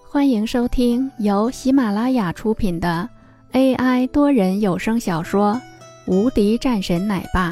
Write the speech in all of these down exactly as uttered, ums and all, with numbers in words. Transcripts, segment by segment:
欢迎收听由喜马拉雅出品的 A I 多人有声小说《无敌战神奶爸》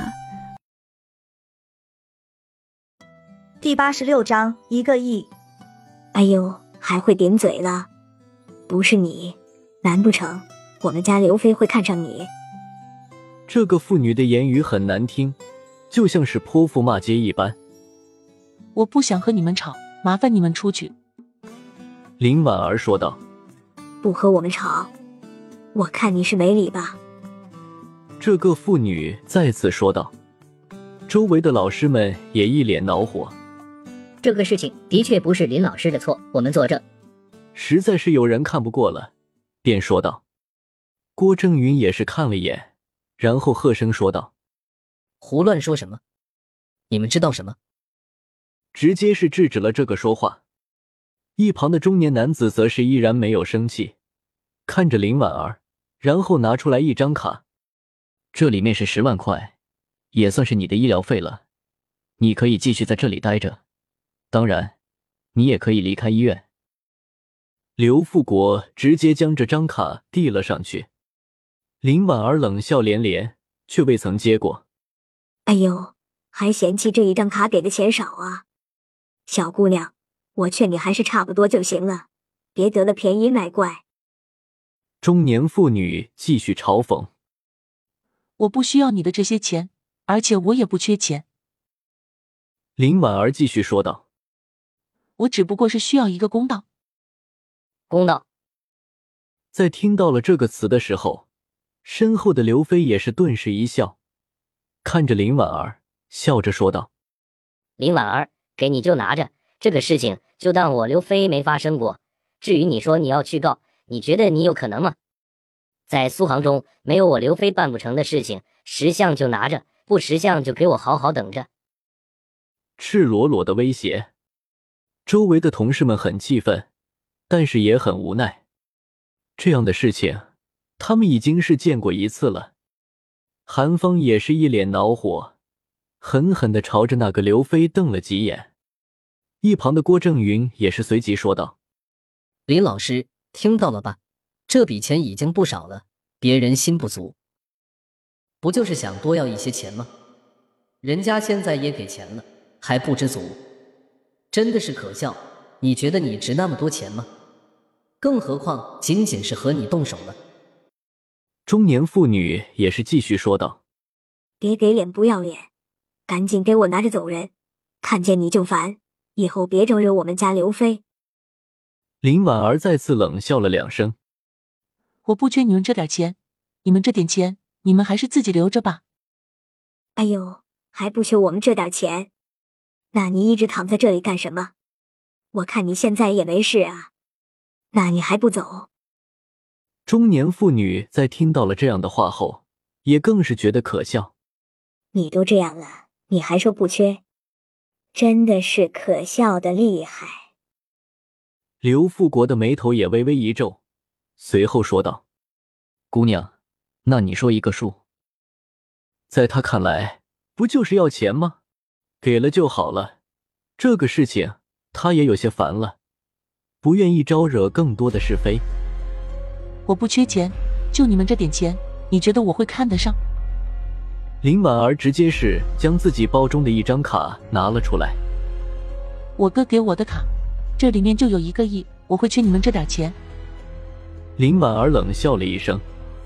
第八十六章一个亿。 哎呦，还会顶嘴了？不是你，难不成我们家刘飞会看上你？ 这个妇女的言语很难听，就像是泼妇骂街一般。 我不想和你们吵，麻烦你们出去。 林婉儿说道。 不和我们吵，我看你是没理吧。 这个妇女再次说道。周围的老师们也一脸恼火。 这个事情的确不是林老师的错，我们作证。 实在是有人看不过了，便说道。郭正云也是看了眼，然后喝声说道： 胡乱说什么？你们知道什么？ 直接是制止了这个说话。一旁的中年男子则是依然没有生气，看着林婉儿，然后拿出来一张卡。 这里面是十万块，也算是你的医疗费了，你可以继续在这里待着，当然你也可以离开医院。 刘富国直接将这张卡递了上去。林婉儿冷笑连连，却未曾接过。 哎呦，还嫌弃这一张卡给的钱少啊？小姑娘，我劝你还是差不多就行了，别得了便宜卖乖。 中年妇女继续嘲讽。 我不需要你的这些钱，而且我也不缺钱。 林婉儿继续说道。 我只不过是需要一个公道。 公道。 在听到了这个词的时候，身后的刘飞也是顿时一笑，看着林婉儿，笑着说道： 林婉儿，给你就拿着，这个事情就当我刘飞没发生过。至于你说你要去告，你觉得你有可能吗？在苏杭中没有我刘飞办不成的事情，识相就拿着，不识相就给我好好等着。 赤裸裸的威胁。周围的同事们很气愤，但是也很无奈。这样的事情他们已经是见过一次了。韩芳也是一脸恼火，狠狠地朝着那个刘飞瞪了几眼。一旁的郭正云也是随即说道： 林老师，听到了吧？这笔钱已经不少了，别人心不足，不就是想多要一些钱吗？人家现在也给钱了，还不知足，真的是可笑。你觉得你值那么多钱吗？更何况仅仅是和你动手了。 中年妇女也是继续说道： 别给脸不要脸，赶紧给我拿着走人，看见你就烦，以后别整惹我们家刘飞。 林婉儿再次冷笑了两声。 我不缺你们这点钱，你们这点钱你们还是自己留着吧。 哎呦，还不缺我们这点钱？那你一直躺在这里干什么？我看你现在也没事啊，那你还不走？ 中年妇女在听到了这样的话后，也更是觉得可笑。 你都这样了，你还说不缺？真的是可笑的厉害。 刘富国的眉头也微微一皱，随后说道： 姑娘，那你说一个数。 在他看来，不就是要钱吗？给了就好了。这个事情他也有些烦了，不愿意招惹更多的是非。 我不缺钱，就你们这点钱，你觉得我会看得上？ 林婉儿直接是将自己包中的一张卡拿了出来。 我哥给我的卡，这里面就有一个亿，我会缺你们这点钱？ 林婉儿冷笑了一声。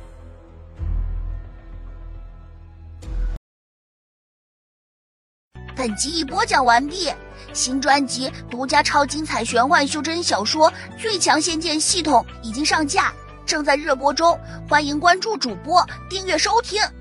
本集已播讲完毕，新专辑独家超精彩玄幻修真小说《最强仙剑系统》已经上架，正在热播中，欢迎关注主播，订阅收听。